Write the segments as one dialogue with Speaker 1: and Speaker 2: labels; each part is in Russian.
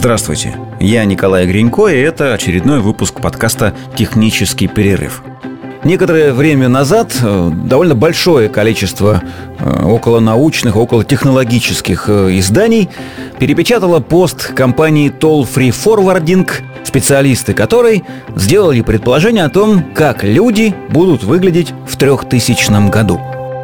Speaker 1: Здравствуйте, я Николай Гринько, и это очередной выпуск подкаста «Технический перерыв». Некоторое время назад довольно большое количество околонаучных, околотехнологических изданий перепечатало пост компании Toll Free Forwarding, специалисты которой сделали предположение о том, как люди будут выглядеть в 3000 году.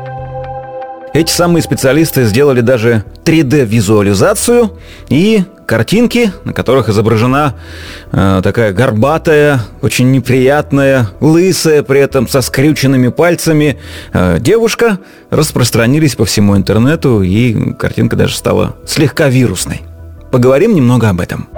Speaker 1: Эти самые специалисты сделали даже 3D-визуализацию и картинки, на которых изображена такая горбатая, очень неприятная, лысая, при этом со скрюченными пальцами девушка, распространились по всему интернету, и картинка даже стала слегка вирусной. Поговорим немного об этом.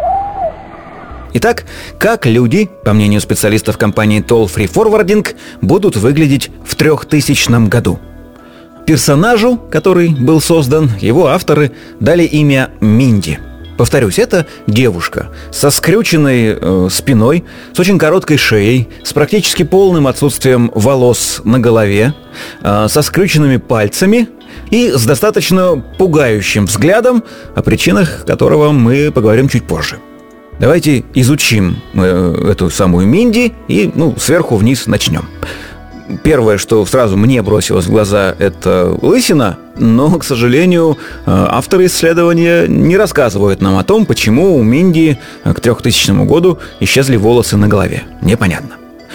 Speaker 1: Итак, как люди, по мнению специалистов компании Toll Free Forwarding, будут выглядеть в 3000 году? Персонажу, который был создан, его авторы дали имя Минди. Повторюсь, это девушка со скрюченной спиной, с очень короткой шеей, с практически полным отсутствием волос на голове, со скрюченными пальцами и с достаточно пугающим взглядом, о причинах которого мы поговорим чуть позже. Давайте изучим эту самую Минди и сверху вниз начнем. Первое, что сразу мне бросилось в глаза, это лысина, но, к сожалению, авторы исследования не рассказывают нам о том, почему у Минди к 3000 году исчезли волосы на голове. Непонятно.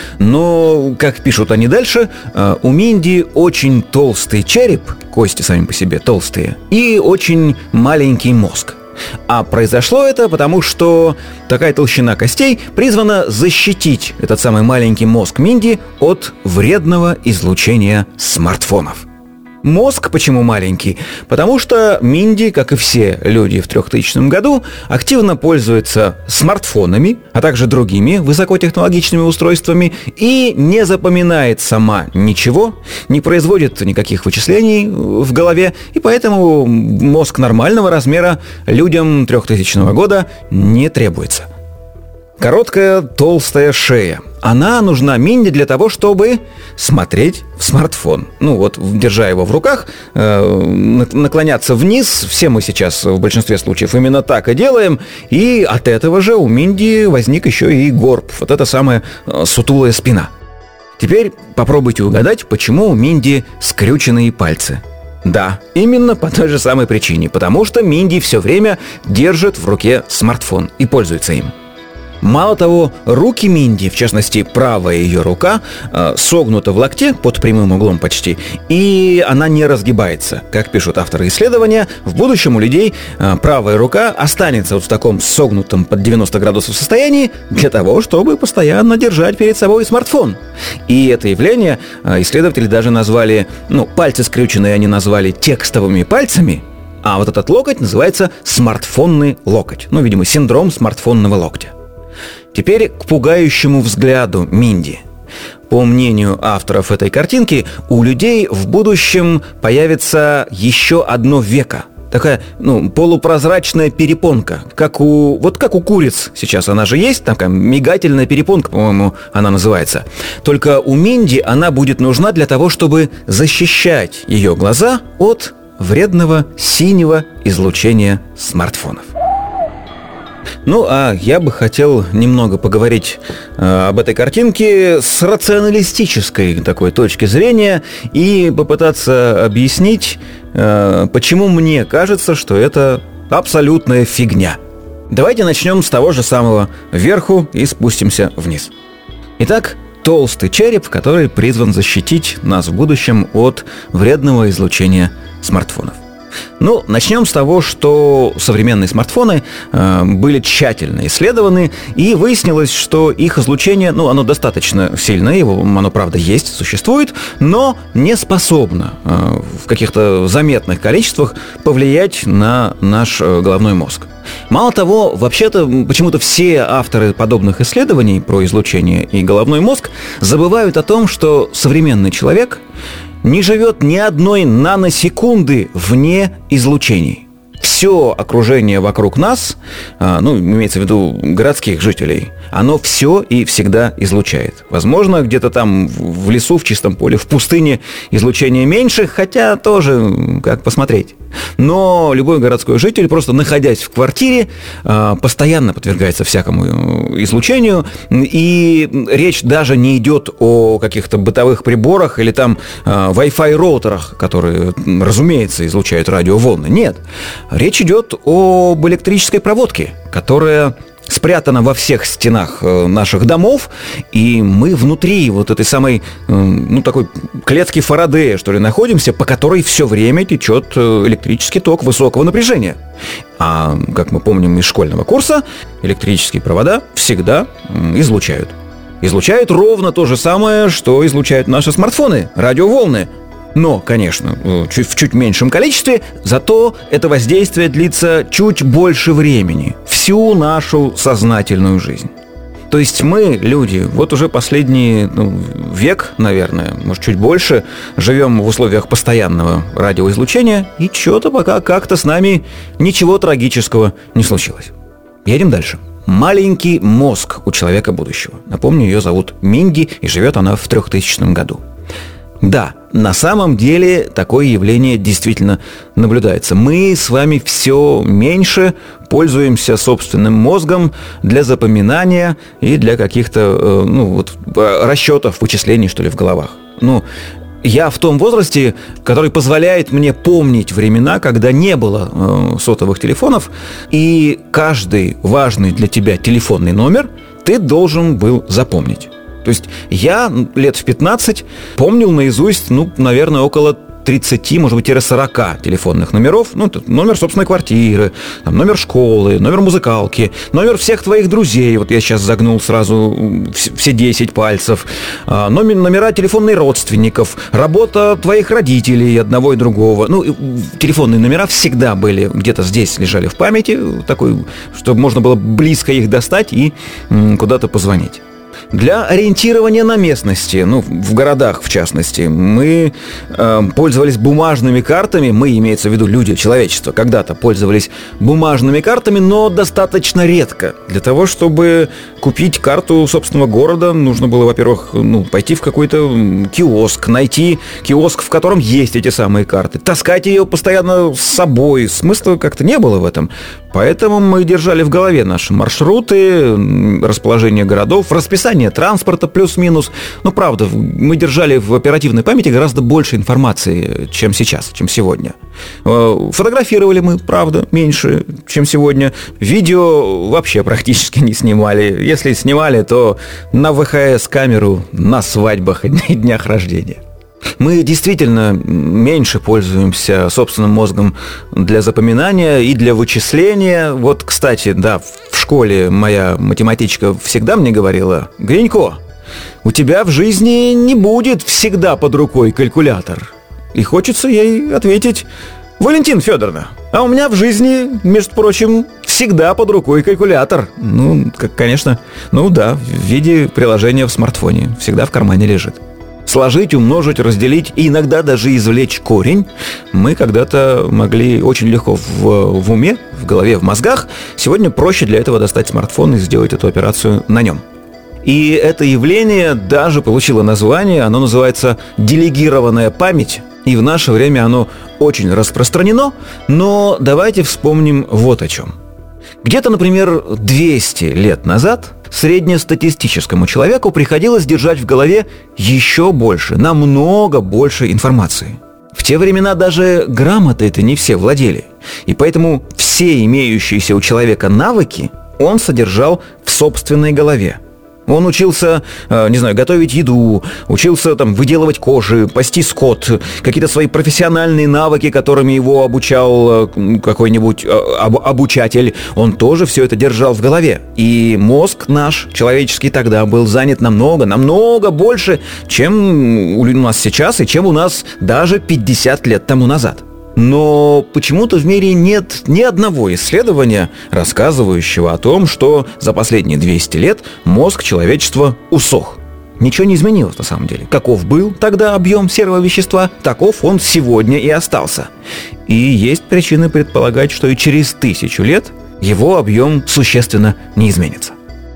Speaker 1: Но, как пишут они дальше, у Минди очень толстый череп, кости сами по себе толстые, и очень маленький мозг. А произошло это потому, что такая толщина костей призвана защитить этот самый маленький мозг Минди от вредного излучения смартфонов. Мозг почему маленький? Потому что Минди, как и все люди в 3000 году, активно пользуется смартфонами, а также другими высокотехнологичными устройствами и не запоминает сама ничего, не производит никаких вычислений в голове, и поэтому мозг нормального размера людям 3000 года не требуется. Короткая толстая шея. Она нужна Минди для того, чтобы смотреть в смартфон. Держа его в руках, наклоняться вниз. Все мы сейчас в большинстве случаев именно так и делаем. И от этого же у Минди возник еще и горб. Вот эта самая сутулая спина. Теперь попробуйте угадать, почему у Минди скрюченные пальцы. Да, именно по той же самой причине. Потому что Минди все время держит в руке смартфон и пользуется им. Мало того, руки Минди, в частности, правая ее рука, согнута в локте под прямым углом почти, и она не разгибается. Как пишут авторы исследования, в будущем у людей правая рука останется в таком согнутом под 90 градусов состоянии для того, чтобы постоянно держать перед собой смартфон. И это явление исследователи даже назвали, пальцы скрюченные они назвали текстовыми пальцами, а вот этот локоть называется смартфонный локоть. Видимо, синдром смартфонного локтя. Теперь к пугающему взгляду Минди. По мнению авторов этой картинки, у людей в будущем появится еще одно веко. Такая, полупрозрачная перепонка, как у куриц сейчас она же есть, такая мигательная перепонка, по-моему, она называется. Только у Минди она будет нужна для того, чтобы защищать ее глаза от вредного синего излучения смартфонов. А я бы хотел немного поговорить об этой картинке с рационалистической такой точки зрения и попытаться объяснить, почему мне кажется, что это абсолютная фигня. Давайте начнем с того же самого вверху и спустимся вниз. Итак, толстый череп, который призван защитить нас в будущем от вредного излучения смартфонов. Начнем с того, что современные смартфоны были тщательно исследованы, и выяснилось, что их излучение, оно достаточно сильное, оно, правда, есть, существует, но не способно в каких-то заметных количествах повлиять на наш головной мозг. Мало того, вообще-то, почему-то все авторы подобных исследований про излучение и головной мозг забывают о том, что современный человек не живет ни одной наносекунды вне излучений. Все окружение вокруг нас, имеется в виду городских жителей, оно все и всегда излучает. Возможно, где-то там в лесу, в чистом поле, в пустыне излучение меньше, хотя тоже как посмотреть. Но любой городской житель, просто находясь в квартире, постоянно подвергается всякому излучению, и речь даже не идет о каких-то бытовых приборах или там Wi-Fi роутерах, которые, разумеется, излучают радиоволны. Нет, речь идет об электрической проводке, которая спрятана во всех стенах наших домов, и мы внутри вот этой самой, такой клетки Фарадея, что ли, находимся, по которой все время течет электрический ток высокого напряжения. А, как мы помним из школьного курса, электрические провода всегда излучают. Излучают ровно то же самое, что излучают наши смартфоны, радиоволны. Но, конечно, в чуть меньшем количестве, зато это воздействие длится чуть больше времени, всю нашу сознательную жизнь. То есть мы, люди, вот уже последний век, наверное, может, чуть больше, живем в условиях постоянного радиоизлучения, и что-то пока как-то с нами ничего трагического не случилось. Едем дальше. Маленький мозг у человека будущего. Напомню, ее зовут Минди, и живет она в 3000 году. Да, на самом деле такое явление действительно наблюдается. Мы с вами все меньше пользуемся собственным мозгом для запоминания и для каких-то расчетов, вычислений, что ли, в головах. Я в том возрасте, который позволяет мне помнить времена, когда не было сотовых телефонов, и каждый важный для тебя телефонный номер ты должен был запомнить. То есть я лет в 15 помнил наизусть, наверное, около 30, может быть, 40 телефонных номеров. Номер собственной квартиры, номер школы, номер музыкалки, номер всех твоих друзей. Вот я сейчас загнул сразу все 10 пальцев. Номера телефонных родственников, работа твоих родителей, одного и другого. Телефонные номера всегда были где-то здесь, лежали в памяти, такой, чтобы можно было близко их достать и куда-то позвонить. Для ориентирования на местности, в городах в частности, мы пользовались бумажными картами, имеется в виду люди, человечество, когда-то пользовались бумажными картами, но достаточно редко. Для того, чтобы купить карту собственного города, нужно было, во-первых, пойти в какой-то киоск, найти киоск, в котором есть эти самые карты, таскать ее постоянно с собой, смысла как-то не было в этом. Поэтому мы держали в голове наши маршруты, расположение городов, расписание транспорта плюс-минус. Правда, мы держали в оперативной памяти гораздо больше информации, чем сейчас, чем сегодня. Фотографировали мы, правда, меньше, чем сегодня. Видео вообще практически не снимали. Если снимали, то на ВХС-камеру на свадьбах и днях рождения. Мы действительно меньше пользуемся собственным мозгом для запоминания и для вычисления. Вот, кстати, да, в школе моя математичка всегда мне говорила: «Гринько, у тебя в жизни не будет всегда под рукой калькулятор». И хочется ей ответить: «Валентина Федоровна, а у меня в жизни, между прочим, всегда под рукой калькулятор». Конечно, в виде приложения в смартфоне, всегда в кармане лежит. Сложить, умножить, разделить и иногда даже извлечь корень мы когда-то могли очень легко в уме, в голове, в мозгах. Сегодня проще для этого достать смартфон и сделать эту операцию на нем. И это явление даже получило название, оно называется делегированная память, и в наше время оно очень распространено, но давайте вспомним вот о чем. Где-то, например, 200 лет назад среднестатистическому человеку приходилось держать в голове еще больше, намного больше информации. В те времена даже грамотой-то не все владели, и поэтому все имеющиеся у человека навыки он содержал в собственной голове. Он учился, готовить еду, учился выделывать кожи, пасти скот, какие-то свои профессиональные навыки, которыми его обучал какой-нибудь обучатель, он тоже все это держал в голове. И мозг наш, человеческий, тогда был занят намного больше, чем у нас сейчас и чем у нас даже 50 лет тому назад. Но почему-то в мире нет ни одного исследования, рассказывающего о том, что за последние 200 лет мозг человечества усох. Ничего не изменилось на самом деле. Каков был тогда объем серого вещества, таков он сегодня и остался. И есть причины предполагать, что и через 1000 лет его объем существенно не изменится.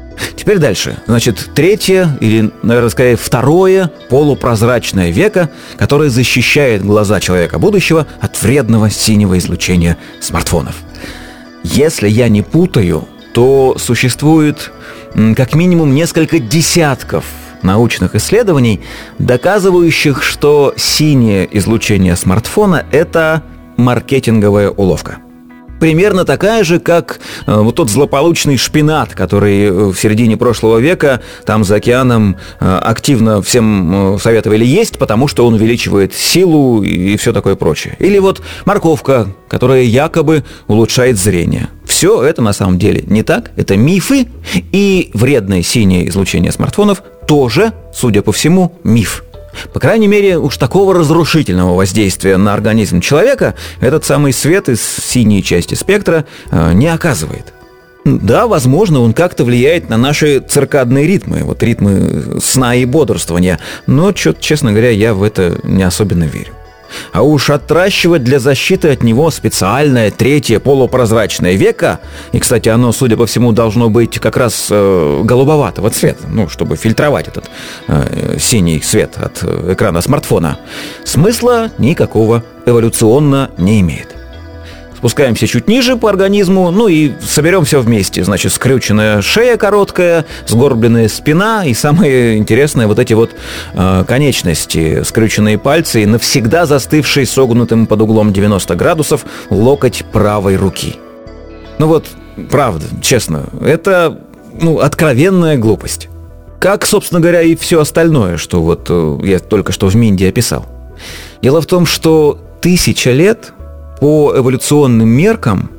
Speaker 1: Теперь дальше. Значит, третье, или, наверное, скорее второе полупрозрачное веко, которое защищает глаза человека будущего от вредного синего излучения смартфонов. Если я не путаю, то существует как минимум несколько десятков научных исследований, доказывающих, что синее излучение смартфона – это маркетинговая уловка. Примерно такая же, как вот тот злополучный шпинат, который в середине прошлого века там за океаном активно всем советовали есть, потому что он увеличивает силу и все такое прочее. Или вот морковка, которая якобы улучшает зрение. Все это на самом деле не так, это мифы, и вредное синее излучение смартфонов тоже, судя по всему, миф. По крайней мере, уж такого разрушительного воздействия на организм человека этот самый свет из синей части спектра не оказывает. Да, возможно, он как-то влияет на наши циркадные ритмы, вот ритмы сна и бодрствования, но, честно говоря, я в это не особенно верю. А уж отращивать для защиты от него специальное третье полупрозрачное веко, и, кстати, оно, судя по всему, должно быть как раз голубоватого цвета, чтобы фильтровать этот синий свет от экрана смартфона, смысла никакого эволюционно не имеет. Спускаемся чуть ниже по организму, и соберем все вместе. Значит, скрюченная шея короткая, сгорбленная спина и самое интересное, вот эти вот конечности, скрюченные пальцы и навсегда застывший согнутым под углом 90 градусов локоть правой руки. Правда, честно, это, откровенная глупость. Как, собственно говоря, и все остальное, что я только что в Минде описал. Дело в том, что 1000 лет... по эволюционным меркам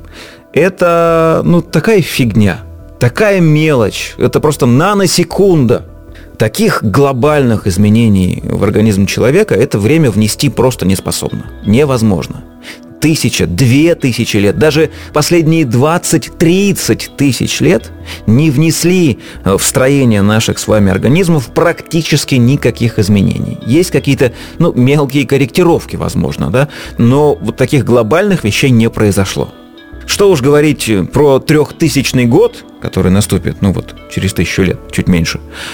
Speaker 1: это, такая фигня, такая мелочь, это просто наносекунда. Таких глобальных изменений в организм человека это время внести просто не способно, невозможно. 1000, 2000 лет, даже последние 20-30 тысяч лет не внесли в строение наших с вами организмов практически никаких изменений. Есть какие-то, мелкие корректировки, возможно, да, но вот таких глобальных вещей не произошло. Что уж говорить про 3000 год, который наступит, через 1000 лет, чуть меньше.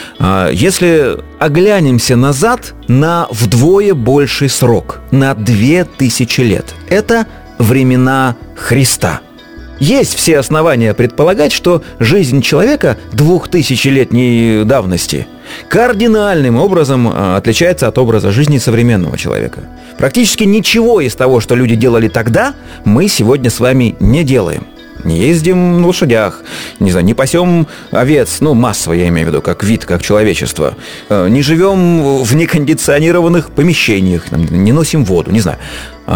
Speaker 1: Если оглянемся назад на вдвое больший срок, на 2000 лет, это времена Христа. Есть все основания предполагать, что жизнь человека 2000-летней давности кардинальным образом отличается от образа жизни современного человека. Практически ничего из того, что люди делали тогда, мы сегодня с вами не делаем. Не ездим на лошадях, не пасем овец, массово я имею в виду, как вид, как человечество. Не живем в некондиционированных помещениях, не носим воду, не знаю.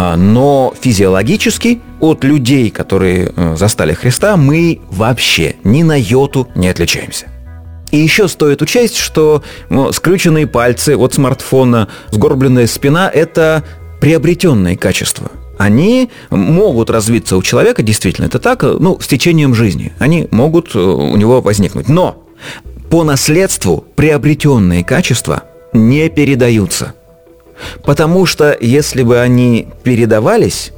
Speaker 1: Но физиологически от людей, которые застали Христа, мы вообще ни на йоту не отличаемся. И еще стоит учесть, что скрюченные пальцы от смартфона, сгорбленная спина – это приобретенные качества. Они могут развиться у человека, действительно, это так, с течением жизни. Они могут у него возникнуть. Но по наследству приобретенные качества не передаются. Потому что если бы они передавались,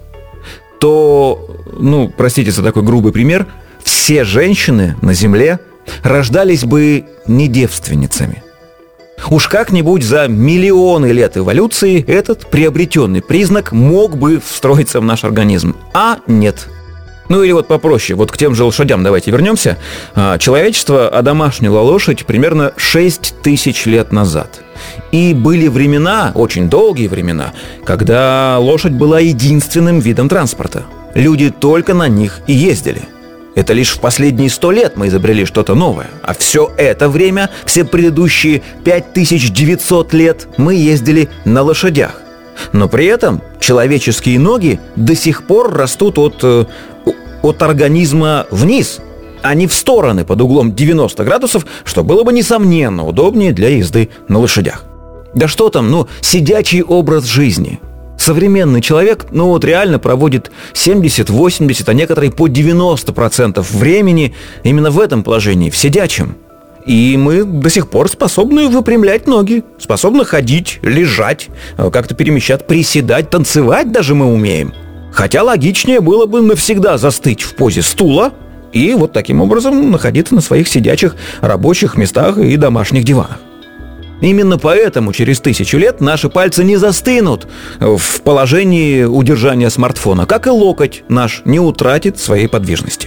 Speaker 1: то, простите за такой грубый пример, все женщины на Земле рождались бы не девственницами. Уж как-нибудь за миллионы лет эволюции этот приобретенный признак мог бы встроиться в наш организм, а нет. Или попроще, к тем же лошадям давайте вернемся. Человечество одомашнило лошадь примерно 6000 лет назад. И были времена, очень долгие времена, когда лошадь была единственным видом транспорта. Люди только на них и ездили. Это лишь в последние 100 лет мы изобрели что-то новое. А все это время, все предыдущие 5900 лет мы ездили на лошадях. Но при этом человеческие ноги до сих пор растут от организма вниз, а не в стороны под углом 90 градусов, что было бы, несомненно, удобнее для езды на лошадях. Да что там, сидячий образ жизни. Современный человек, реально проводит 70-80, а некоторые по 90% времени именно в этом положении, в сидячем. И мы до сих пор способны выпрямлять ноги, способны ходить, лежать, как-то перемещать, приседать, танцевать даже мы умеем. Хотя логичнее было бы навсегда застыть в позе стула и вот таким образом находиться на своих сидячих рабочих местах и домашних диванах. Именно поэтому через 1000 лет наши пальцы не застынут в положении удержания смартфона, как и локоть наш не утратит своей подвижности.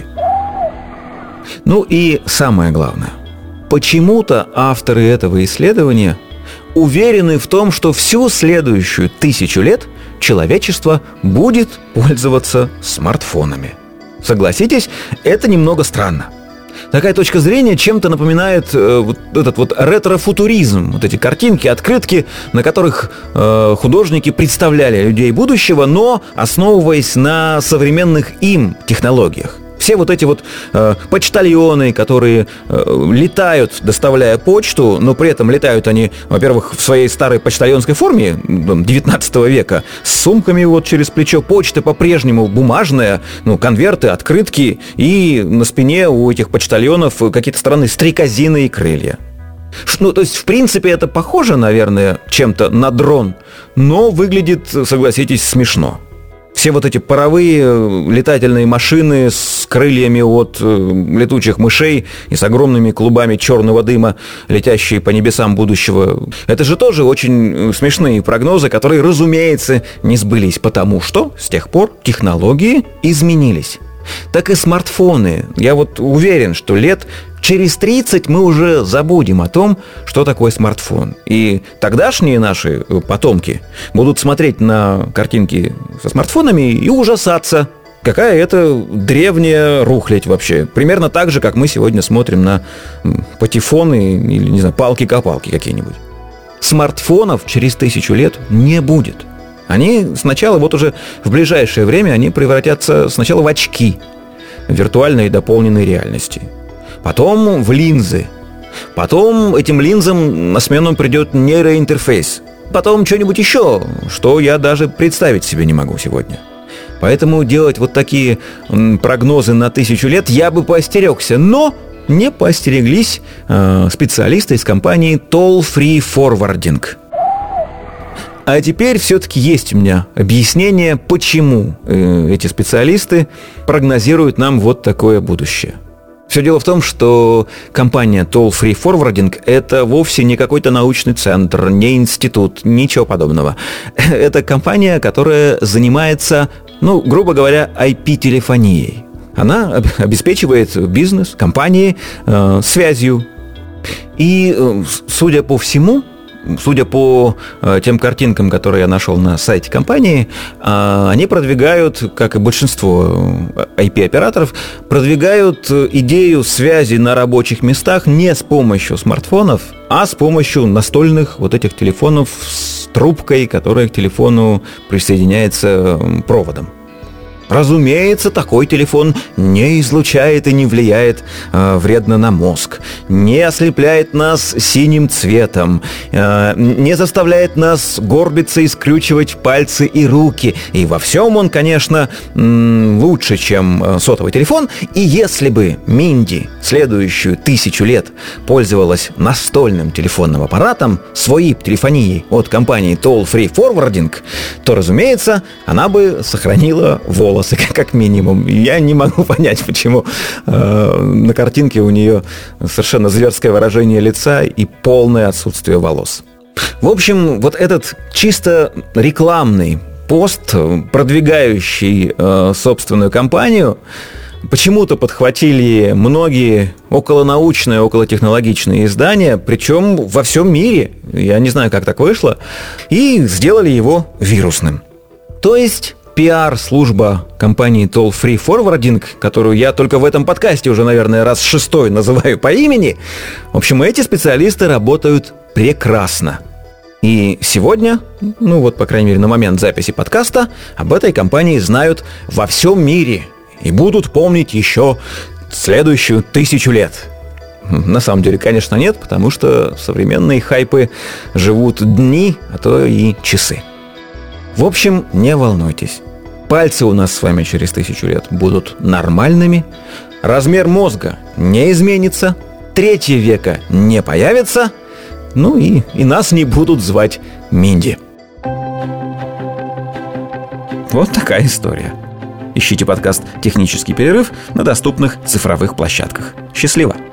Speaker 1: Ну и самое главное. Почему-то авторы этого исследования уверены в том, что всю следующую 1000 лет человечество будет пользоваться смартфонами. Согласитесь, это немного странно. Такая точка зрения чем-то напоминает вот этот вот ретро-футуризм, вот эти картинки, открытки, на которых художники представляли людей будущего, но основываясь на современных им технологиях. Все вот эти вот почтальоны, которые летают, доставляя почту, но при этом летают они, во-первых, в своей старой почтальонской форме 19 века, с сумками вот через плечо, почта по-прежнему бумажная, конверты, открытки, и на спине у этих почтальонов какие-то странные стрекозиные крылья. То есть, в принципе, это похоже, наверное, чем-то на дрон, но выглядит, согласитесь, смешно. Все вот эти паровые летательные машины с крыльями от летучих мышей и с огромными клубами черного дыма, летящие по небесам будущего. Это же тоже очень смешные прогнозы, которые, разумеется, не сбылись, потому что с тех пор технологии изменились. Так и смартфоны. Я вот уверен, что лет через 30 мы уже забудем о том, что такое смартфон. И тогдашние наши потомки будут смотреть на картинки со смартфонами и ужасаться. Какая это древняя рухлядь вообще. Примерно так же, как мы сегодня смотрим на патефоны или, не знаю, палки-копалки какие-нибудь. Смартфонов через 1000 лет не будет. Они сначала, вот уже в ближайшее время, они превратятся сначала в очки виртуальной и дополненной реальности. Потом в линзы. Потом этим линзам на смену придет нейроинтерфейс. Потом что-нибудь еще, что я даже представить себе не могу сегодня. Поэтому делать вот такие прогнозы на 1000 лет я бы поостерегся. Но не поостереглись специалисты из компании Toll Free Forwarding. А теперь все-таки есть у меня объяснение, почему эти специалисты прогнозируют нам вот такое будущее. Все дело в том, что компания Toll Free Forwarding – это вовсе не какой-то научный центр, не институт, ничего подобного. Это компания, которая занимается, грубо говоря, IP-телефонией. Она обеспечивает бизнес, компании связью. И, судя по всему, судя по тем картинкам, которые я нашел на сайте компании, они продвигают, как и большинство IP-операторов, продвигают идею связи на рабочих местах не с помощью смартфонов, а с помощью настольных вот этих телефонов с трубкой, которая к телефону присоединяется проводом. Разумеется, такой телефон не излучает и не влияет вредно на мозг, не ослепляет нас синим цветом, не заставляет нас горбиться и скрючивать пальцы и руки. И во всем он, конечно, лучше, чем сотовый телефон. И если бы Минди следующую 1000 лет пользовалась настольным телефонным аппаратом, своей телефонией от компании Toll Free Forwarding, то, разумеется, она бы сохранила волосы, как минимум. Я не могу понять, почему на картинке у нее совершенно зверское выражение лица и полное отсутствие волос. В общем, вот этот чисто рекламный пост, продвигающий собственную компанию, почему-то подхватили многие околонаучные, околотехнологичные издания, причем во всем мире. Я не знаю, как так вышло. И сделали его вирусным. То есть пиар-служба компании Toll Free Forwarding, которую я только в этом подкасте уже, наверное, раз 6 называю по имени. В общем, эти специалисты работают прекрасно. И сегодня, по крайней мере, на момент записи подкаста, об этой компании знают во всем мире и будут помнить еще следующую 1000 лет. На самом деле, конечно, нет, потому что современные хайпы живут дни, а то и часы. В общем, не волнуйтесь. Пальцы у нас с вами через 1000 лет будут нормальными, размер мозга не изменится, 3 века не появится, и нас не будут звать Минди. Вот такая история. Ищите подкаст «Технический перерыв» на доступных цифровых площадках. Счастливо!